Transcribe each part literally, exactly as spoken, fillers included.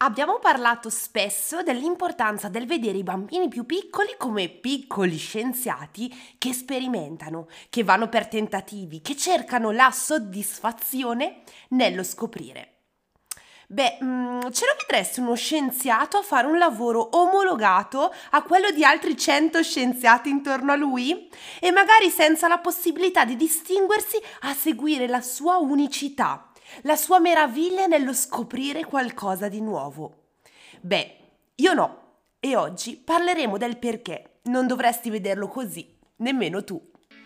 Abbiamo parlato spesso dell'importanza del vedere i bambini più piccoli come piccoli scienziati che sperimentano, che vanno per tentativi, che cercano la soddisfazione nello scoprire. Beh, mm, ce lo vedresti uno scienziato a fare un lavoro omologato a quello di altri cento scienziati intorno a lui? E magari senza la possibilità di distinguersi a seguire la sua unicità, la sua meraviglia nello scoprire qualcosa di nuovo. Beh, io no, e oggi parleremo del perché non dovresti vederlo così, nemmeno tu.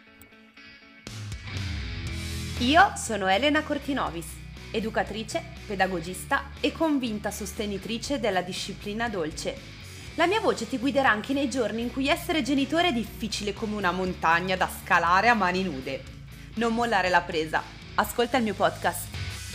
Io sono Elena Cortinovis, educatrice, pedagogista e convinta sostenitrice della disciplina dolce. La mia voce ti guiderà anche nei giorni in cui essere genitore è difficile come una montagna da scalare a mani nude. Non mollare la presa, ascolta il mio podcast.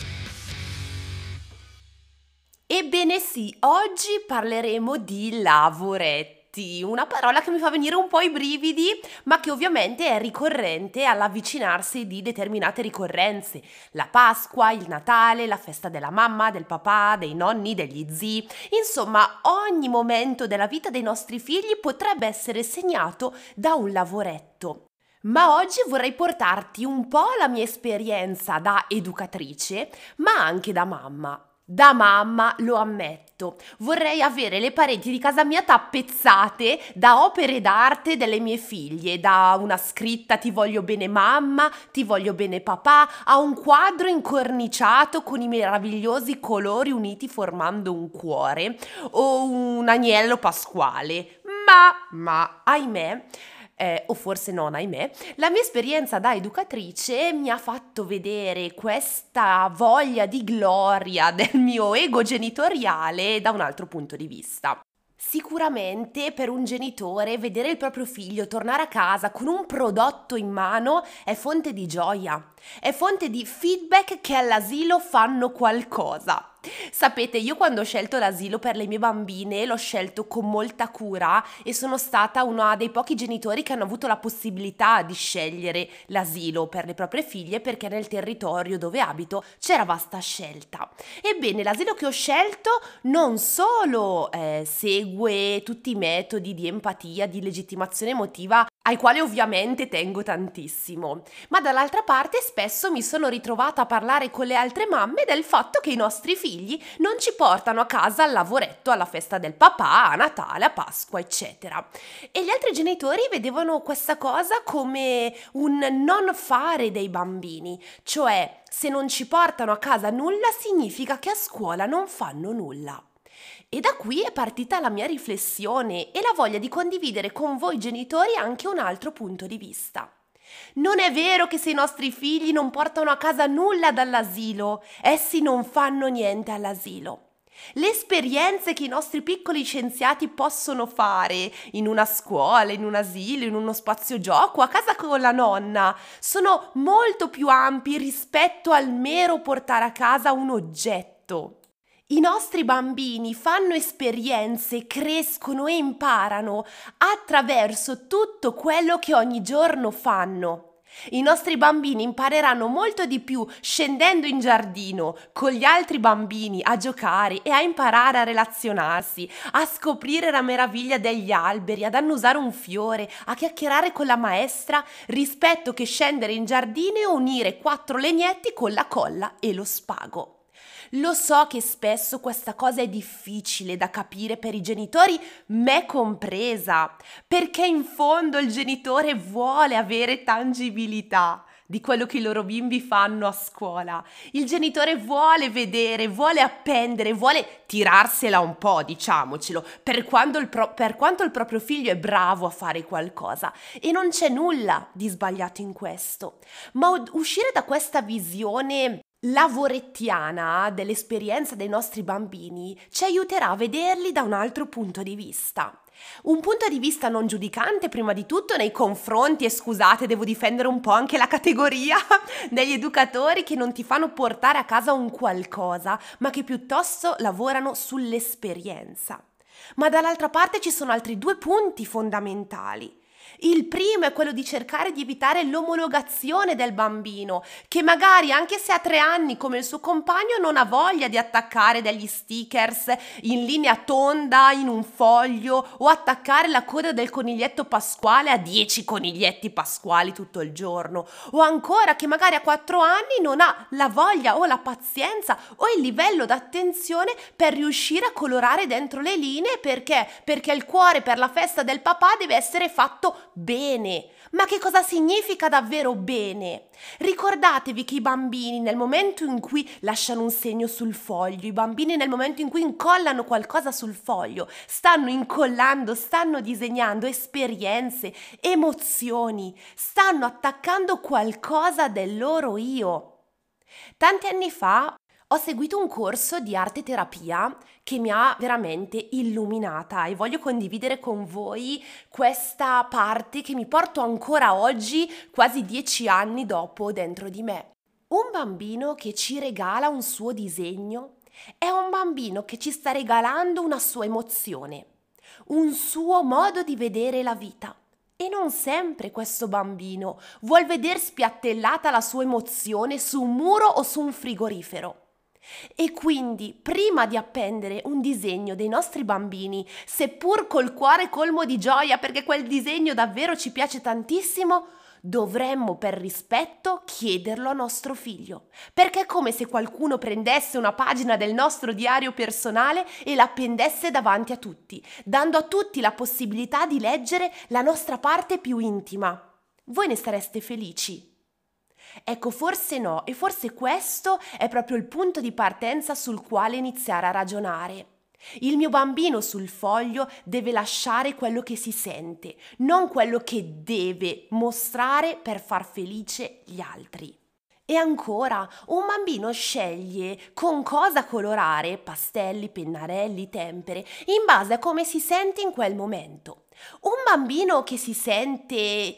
Ebbene sì, oggi parleremo di lavoretti, una parola che mi fa venire un po' i brividi, ma che ovviamente è ricorrente all'avvicinarsi di determinate ricorrenze. La Pasqua, il Natale, la festa della mamma, del papà, dei nonni, degli zii. Insomma, ogni momento della vita dei nostri figli potrebbe essere segnato da un lavoretto. Ma oggi vorrei portarti un po' la mia esperienza da educatrice, ma anche da mamma. Da mamma, lo ammetto, vorrei avere le pareti di casa mia tappezzate da opere d'arte delle mie figlie, da una scritta "Ti voglio bene mamma", "Ti voglio bene papà", a un quadro incorniciato con i meravigliosi colori uniti formando un cuore o un agnello pasquale. Ma, ma, ahimè, Eh, o forse non, ahimè, la mia esperienza da educatrice mi ha fatto vedere questa voglia di gloria del mio ego genitoriale da un altro punto di vista. Sicuramente per un genitore vedere il proprio figlio tornare a casa con un prodotto in mano è fonte di gioia, è fonte di feedback che all'asilo fanno qualcosa. Sapete, io quando ho scelto l'asilo per le mie bambine l'ho scelto con molta cura e sono stata una dei pochi genitori che hanno avuto la possibilità di scegliere l'asilo per le proprie figlie perché nel territorio dove abito c'era vasta scelta. Ebbene, l'asilo che ho scelto non solo eh, segue tutti i metodi di empatia, di legittimazione emotiva ai quali ovviamente tengo tantissimo, ma dall'altra parte spesso mi sono ritrovata a parlare con le altre mamme del fatto che i nostri figli non ci portano a casa al lavoretto, alla festa del papà, a Natale, a Pasqua, eccetera. E gli altri genitori vedevano questa cosa come un non fare dei bambini, cioè se non ci portano a casa nulla significa che a scuola non fanno nulla. E da qui è partita la mia riflessione e la voglia di condividere con voi genitori anche un altro punto di vista. Non è vero che se i nostri figli non portano a casa nulla dall'asilo, essi non fanno niente all'asilo. Le esperienze che i nostri piccoli scienziati possono fare in una scuola, in un asilo, in uno spazio gioco, a casa con la nonna, sono molto più ampi rispetto al mero portare a casa un oggetto. I nostri bambini fanno esperienze, crescono e imparano attraverso tutto quello che ogni giorno fanno. I nostri bambini impareranno molto di più scendendo in giardino con gli altri bambini a giocare e a imparare a relazionarsi, a scoprire la meraviglia degli alberi, ad annusare un fiore, a chiacchierare con la maestra, rispetto che scendere in giardino e unire quattro legnetti con la colla e lo spago. Lo so che spesso questa cosa è difficile da capire per i genitori, me compresa, perché in fondo il genitore vuole avere tangibilità di quello che i loro bimbi fanno a scuola. Il genitore vuole vedere, vuole appendere, vuole tirarsela un po', diciamocelo, per quando il, pro- per quanto il proprio figlio è bravo a fare qualcosa. E non c'è nulla di sbagliato in questo. Ma ud- uscire da questa visione lavorettiana dell'esperienza dei nostri bambini ci aiuterà a vederli da un altro punto di vista. Un punto di vista non giudicante prima di tutto nei confronti, e scusate, devo difendere un po' anche la categoria degli educatori che non ti fanno portare a casa un qualcosa, ma che piuttosto lavorano sull'esperienza. Ma dall'altra parte ci sono altri due punti fondamentali. Il primo è quello di cercare di evitare l'omologazione del bambino, che magari anche se ha tre anni come il suo compagno non ha voglia di attaccare degli stickers in linea tonda in un foglio o attaccare la coda del coniglietto pasquale a dieci coniglietti pasquali tutto il giorno, o ancora che magari a quattro anni non ha la voglia o la pazienza o il livello d'attenzione per riuscire a colorare dentro le linee perché perché il cuore per la festa del papà deve essere fatto bene. Ma che cosa significa davvero bene? Ricordatevi che i bambini nel momento in cui lasciano un segno sul foglio, i bambini nel momento in cui incollano qualcosa sul foglio, stanno incollando, stanno disegnando esperienze, emozioni, stanno attaccando qualcosa del loro io. Tanti anni fa ho seguito un corso di arte terapia che mi ha veramente illuminata e voglio condividere con voi questa parte che mi porto ancora oggi, quasi dieci anni dopo, dentro di me. Un bambino che ci regala un suo disegno è un bambino che ci sta regalando una sua emozione, un suo modo di vedere la vita. E non sempre questo bambino vuol veder spiattellata la sua emozione su un muro o su un frigorifero. E quindi, prima di appendere un disegno dei nostri bambini, seppur col cuore colmo di gioia perché quel disegno davvero ci piace tantissimo, dovremmo per rispetto chiederlo a nostro figlio, perché è come se qualcuno prendesse una pagina del nostro diario personale e la appendesse davanti a tutti, dando a tutti la possibilità di leggere la nostra parte più intima. Voi ne sareste felici? Ecco, forse no, e forse questo è proprio il punto di partenza sul quale iniziare a ragionare. Il mio bambino sul foglio deve lasciare quello che si sente, non quello che deve mostrare per far felice gli altri. E ancora, un bambino sceglie con cosa colorare, pastelli, pennarelli, tempere, in base a come si sente in quel momento. Un bambino che si sente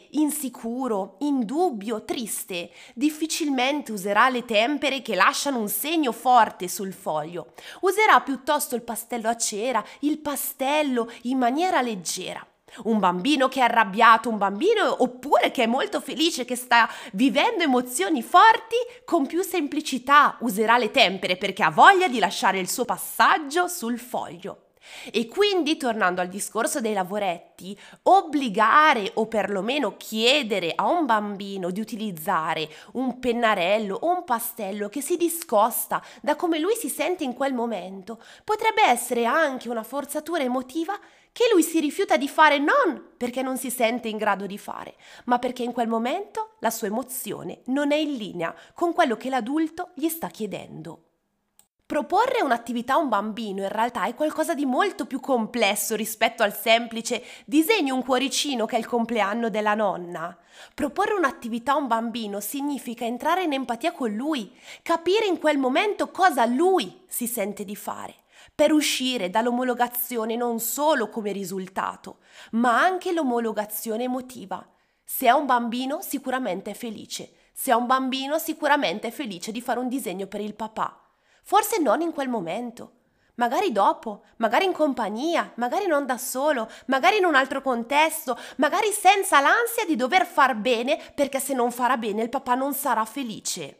insicuro, in dubbio, triste, difficilmente userà le tempere che lasciano un segno forte sul foglio. Userà piuttosto il pastello a cera, il pastello in maniera leggera. Un bambino che è arrabbiato, un bambino oppure che è molto felice, che sta vivendo emozioni forti, con più semplicità userà le tempere perché ha voglia di lasciare il suo passaggio sul foglio. E quindi, tornando al discorso dei lavoretti, obbligare o perlomeno chiedere a un bambino di utilizzare un pennarello o un pastello che si discosta da come lui si sente in quel momento potrebbe essere anche una forzatura emotiva che lui si rifiuta di fare non perché non si sente in grado di fare, ma perché in quel momento la sua emozione non è in linea con quello che l'adulto gli sta chiedendo. Proporre un'attività a un bambino in realtà è qualcosa di molto più complesso rispetto al semplice disegni un cuoricino che è il compleanno della nonna. Proporre un'attività a un bambino significa entrare in empatia con lui, capire in quel momento cosa lui si sente di fare, per uscire dall'omologazione non solo come risultato, ma anche l'omologazione emotiva. Se è un bambino sicuramente è felice, se è un bambino sicuramente è felice di fare un disegno per il papà. Forse non in quel momento, magari dopo, magari in compagnia, magari non da solo, magari in un altro contesto, magari senza l'ansia di dover far bene perché se non farà bene il papà non sarà felice.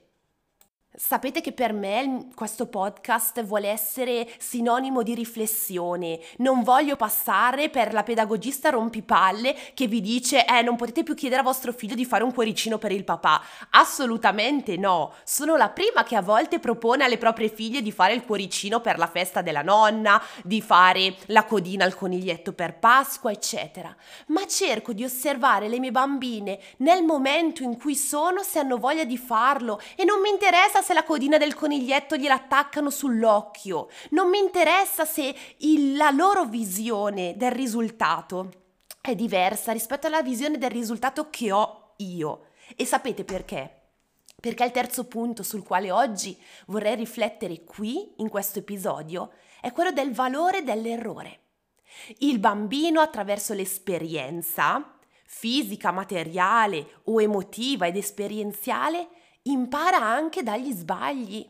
Sapete che per me questo podcast vuole essere sinonimo di riflessione. Non voglio passare per la pedagogista rompipalle che vi dice eh non potete più chiedere a vostro figlio di fare un cuoricino per il papà. Assolutamente no. Sono la prima che a volte propone alle proprie figlie di fare il cuoricino per la festa della nonna, di fare la codina al coniglietto per Pasqua, eccetera. Ma cerco di osservare le mie bambine nel momento in cui sono, se hanno voglia di farlo, e non mi interessa se la codina del coniglietto gliela attaccano sull'occhio, non mi interessa se il, la loro visione del risultato è diversa rispetto alla visione del risultato che ho io. E sapete perché? Perché il terzo punto sul quale oggi vorrei riflettere qui, in questo episodio, è quello del valore dell'errore. Il bambino, attraverso l'esperienza fisica, materiale o emotiva ed esperienziale, impara anche dagli sbagli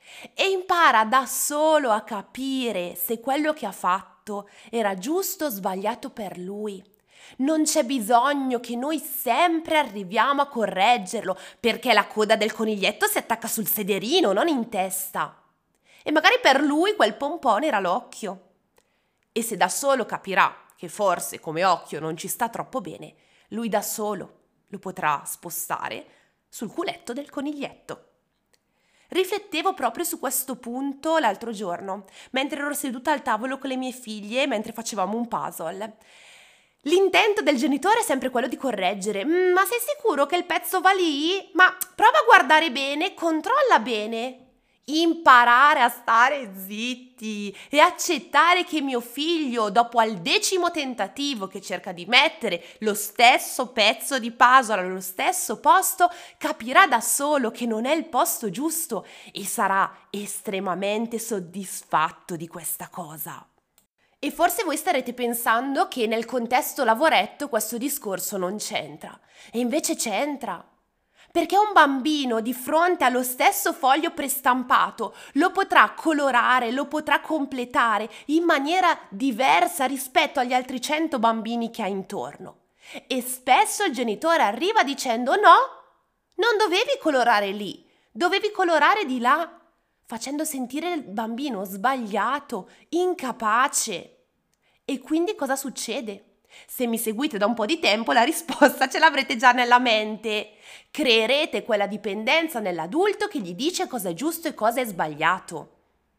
e impara da solo a capire se quello che ha fatto era giusto o sbagliato per lui. Non c'è bisogno che noi sempre arriviamo a correggerlo, perché la coda del coniglietto si attacca sul sederino, non in testa. E magari per lui quel pompone era l'occhio. E se da solo capirà che forse come occhio non ci sta troppo bene, lui da solo lo potrà spostare sul culetto del coniglietto. Riflettevo proprio su questo punto l'altro giorno, mentre ero seduta al tavolo con le mie figlie, mentre facevamo un puzzle. L'intento del genitore è sempre quello di correggere. Mm, ma sei sicuro che il pezzo va lì? Ma prova a guardare bene, controlla bene. Imparare a stare zitti e accettare che mio figlio, dopo al decimo tentativo che cerca di mettere lo stesso pezzo di puzzle allo stesso posto, capirà da solo che non è il posto giusto e sarà estremamente soddisfatto di questa cosa. E forse voi starete pensando che nel contesto lavoretto questo discorso non c'entra, e invece c'entra. Perché un bambino di fronte allo stesso foglio prestampato lo potrà colorare, lo potrà completare in maniera diversa rispetto agli altri cento bambini che ha intorno. E spesso il genitore arriva dicendo no, non dovevi colorare lì, dovevi colorare di là, facendo sentire il bambino sbagliato, incapace. E quindi cosa succede? Se mi seguite da un po' di tempo, la risposta ce l'avrete già nella mente. Creerete quella dipendenza nell'adulto che gli dice cosa è giusto e cosa è sbagliato.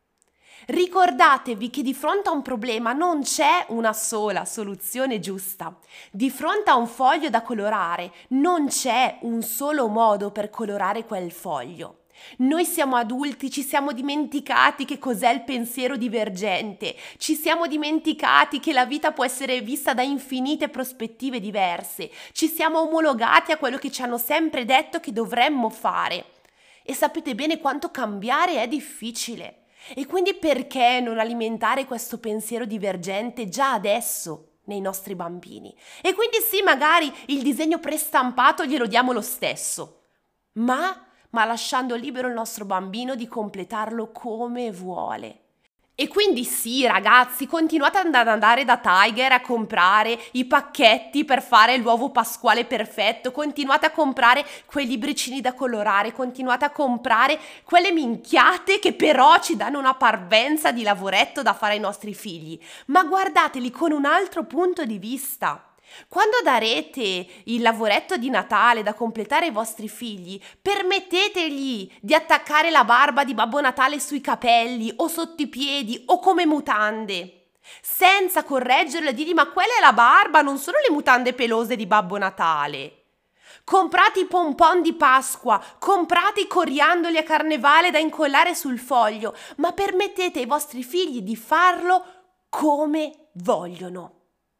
Ricordatevi che di fronte a un problema non c'è una sola soluzione giusta. Di fronte a un foglio da colorare non c'è un solo modo per colorare quel foglio. Noi siamo adulti, ci siamo dimenticati che cos'è il pensiero divergente, ci siamo dimenticati che la vita può essere vista da infinite prospettive diverse, ci siamo omologati a quello che ci hanno sempre detto che dovremmo fare. E sapete bene quanto cambiare è difficile. E quindi perché non alimentare questo pensiero divergente già adesso nei nostri bambini? E quindi sì, magari il disegno prestampato glielo diamo lo stesso, ma... ma lasciando libero il nostro bambino di completarlo come vuole. E quindi sì, ragazzi, continuate ad andare da Tiger a comprare i pacchetti per fare l'uovo pasquale perfetto, continuate a comprare quei libricini da colorare, continuate a comprare quelle minchiate che però ci danno una parvenza di lavoretto da fare ai nostri figli, ma guardateli con un altro punto di vista. Quando darete il lavoretto di Natale da completare ai vostri figli, permettetegli di attaccare la barba di Babbo Natale sui capelli o sotto i piedi o come mutande, senza correggerlo e dirgli ma quella è la barba, non sono le mutande pelose di Babbo Natale. Comprate i pompon di Pasqua, comprate i coriandoli a Carnevale da incollare sul foglio, ma permettete ai vostri figli di farlo come vogliono.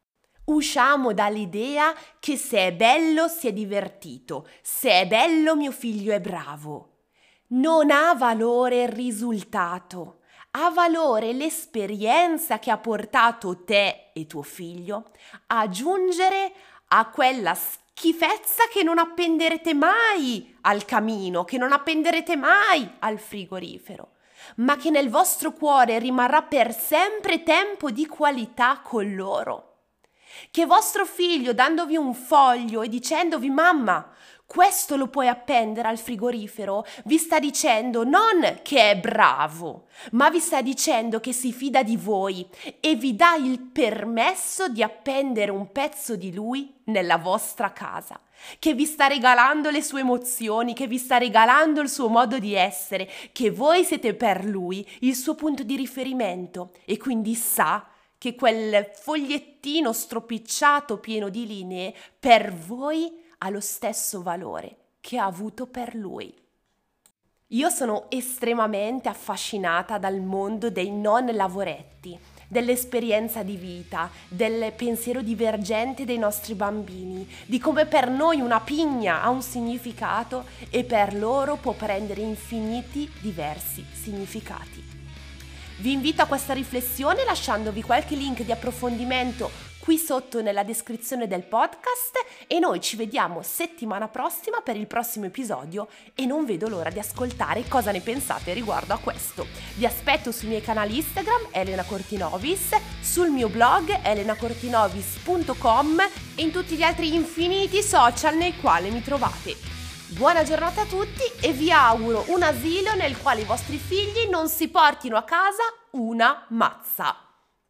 Usciamo dall'idea che se è bello si è divertito, se è bello mio figlio è bravo. Non ha valore il risultato, ha valore l'esperienza che ha portato te e tuo figlio a giungere a quella schifezza che non appenderete mai al camino, che non appenderete mai al frigorifero, ma che nel vostro cuore rimarrà per sempre tempo di qualità con loro. Che vostro figlio, dandovi un foglio e dicendovi mamma, questo lo puoi appendere al frigorifero, vi sta dicendo non che è bravo, ma vi sta dicendo che si fida di voi e vi dà il permesso di appendere un pezzo di lui nella vostra casa, che vi sta regalando le sue emozioni, che vi sta regalando il suo modo di essere, che voi siete per lui il suo punto di riferimento e quindi sa che quel fogliettino stropicciato pieno di linee per voi ha lo stesso valore che ha avuto per lui. Io sono estremamente affascinata dal mondo dei non lavoretti, dell'esperienza di vita, del pensiero divergente dei nostri bambini, di come per noi una pigna ha un significato e per loro può prendere infiniti diversi significati. Vi invito a questa riflessione lasciandovi qualche link di approfondimento qui sotto nella descrizione del podcast e noi ci vediamo settimana prossima per il prossimo episodio e non vedo l'ora di ascoltare cosa ne pensate riguardo a questo. Vi aspetto sui miei canali Instagram Elena Cortinovis, sul mio blog elena cortinovis punto com e in tutti gli altri infiniti social nei quali mi trovate. Buona giornata a tutti e vi auguro un asilo nel quale i vostri figli non si portino a casa una mazza.